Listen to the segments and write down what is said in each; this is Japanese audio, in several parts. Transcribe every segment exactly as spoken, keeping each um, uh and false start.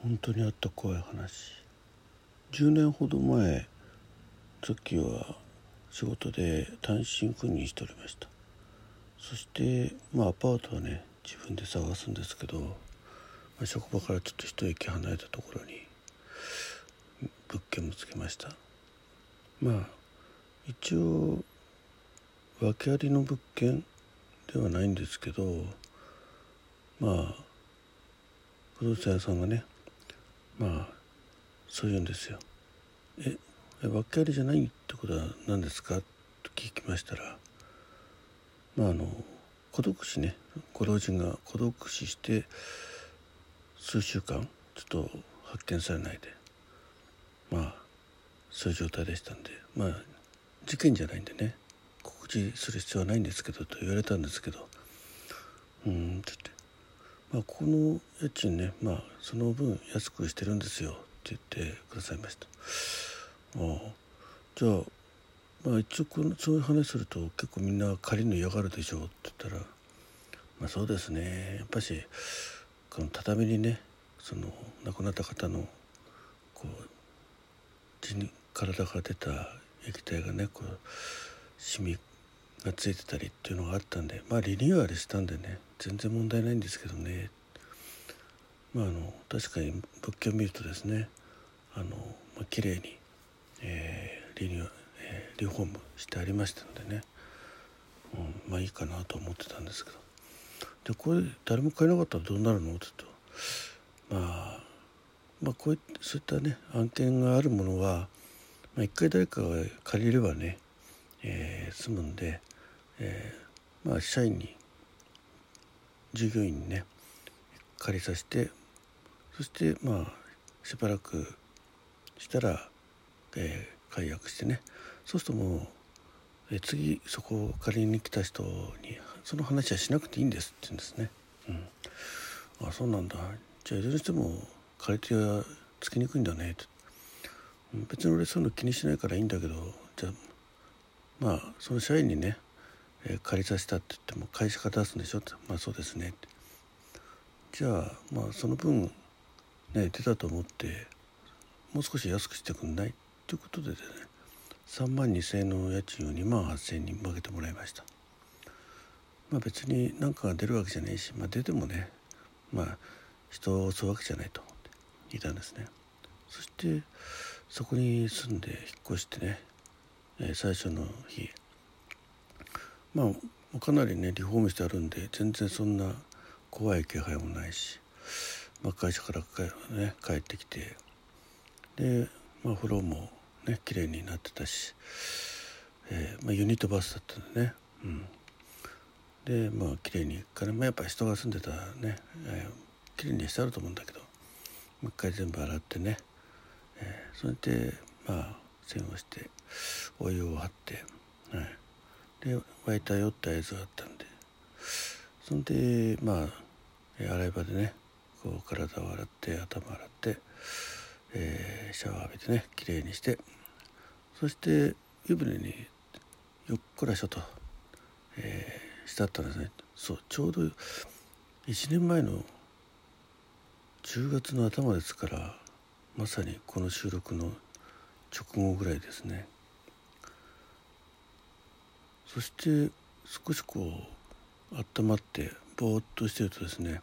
本当にあった怖い話。じゅうねんほど前、さっきは仕事で単身赴任しておりました。そしてまあアパートはね自分で探すんですけど、まあ、職場からちょっと一駅離れたところに物件もつけました。まあ一応訳ありの物件ではないんですけど、まあ不動産屋さんがねまあそう言うんですよ。え訳ありじゃないってことは何ですかと聞きましたら、まああの孤独死ねご老人が孤独死して数週間ちょっと発見されないで、まあそういう状態でしたんで、まあ事件じゃないんでね告知する必要はないんですけどと言われたんですけど、うーんって言って、まあこの家賃ねまあその分安くしてるんですよって言ってくださいました。ああじゃあまあ一応このそういう話すると結構みんな借りるの嫌がるでしょうって言ったら、まあそうですね、やっぱしこの畳にねその亡くなった方のこう血に体から出た液体がねこうシミがついてたりっていうのがあったんで、まあリニューアルしたんでね全然問題ないんですけどね、まああの確かに物件を見るとですねあの、まあ、綺麗に、えー、リニュー、えー、リフォームしてありましたのでね、うん、まあいいかなと思ってたんですけど、でこれ誰も買えなかったらどうなるのって言うと、まあまあこういったそういったね案件があるものは、まあ、一回誰かが借りればね、えー、済むんで、えー、まあ社員に従業員にね借りさせて、そしてまあしばらくしたら、えー、解約してね、そうするともう、えー、次そこを借りに来た人にその話はしなくていいんですって言うんですね。うん、あそうなんだ、じゃあいずれにしても借り手はつきにくいんだねって、別に俺そういうの気にしないからいいんだけど、じゃあまあその社員にね、えー、借りさせたって言っても会社から出すんでしょって、まあそうですねって、じゃあまあその分ね出たと思ってもう少し安くしてくんないということでねさんまんにせんえんの家賃をにまんはっせんえんに分けてもらいました。まあ別に何かが出るわけじゃないし、まあ出てもねまあ人を襲うわけじゃないと思っていたんですね。そしてそこに住んで引っ越してね、えー、最初の日まあかなりねリフォームしてあるんで全然そんな怖い気配もないし、まあ、会社からか、ね、帰ってきてで、まあ、風呂もね綺麗になってたし、えーまあ、ユニットバスだったんでね、うん、でまあ綺麗にから、まあ、やっぱ人が住んでたらね、えー、綺麗にしてあると思うんだけどもう一回全部洗ってね、えー、それでまあ洗をしてお湯を張って、はい、で沸いた酔ったやつがあったんで、そんでまあ洗い場でねこう体を洗って頭洗って、えー、シャワー浴びてねきれいにして、そして湯船によっこらしょと、えー、してあったんですね。そうちょうどいちねんまえのじゅうがつの頭ですから、まさにこの収録の直後ぐらいですね。そして少しこう温まってぼーっとしてるとですね、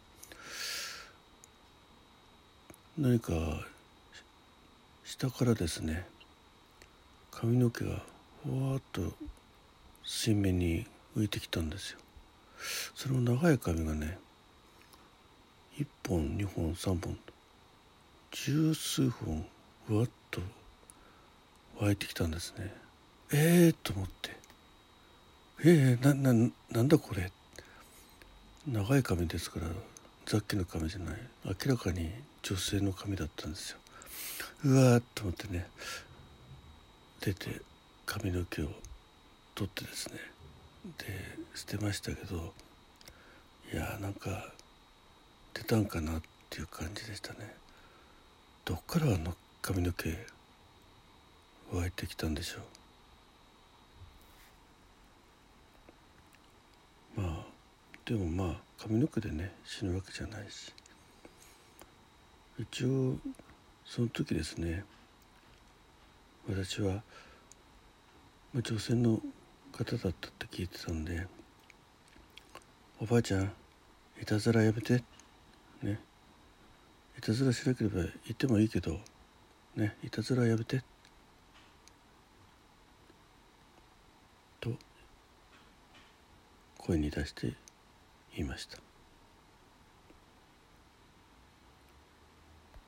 何か下からですね髪の毛がふわっと水面に浮いてきたんですよ。その長い髪がねいっぽんにほんさんぼん十数本ふわっと湧いてきたんですね。えーと思って、えー、な, な, なんだこれ、長い髪ですからさっきの髪じゃない、明らかに女性の髪だったんですよ。うわーっと思ってね出て髪の毛を取ってですねで捨てましたけど、いやーなんか出たんかなっていう感じでしたね。どっからあの髪の毛湧いてきたんでしょう。まあでもまあ髪の毛でね死ぬわけじゃないし、 一応その時ですね、私は女性の方だったって聞いてたんで、おばあちゃんいたずらやめてね、いたずらしなければ言ってもいいけどね、いたずらやめてと声に出して言いました。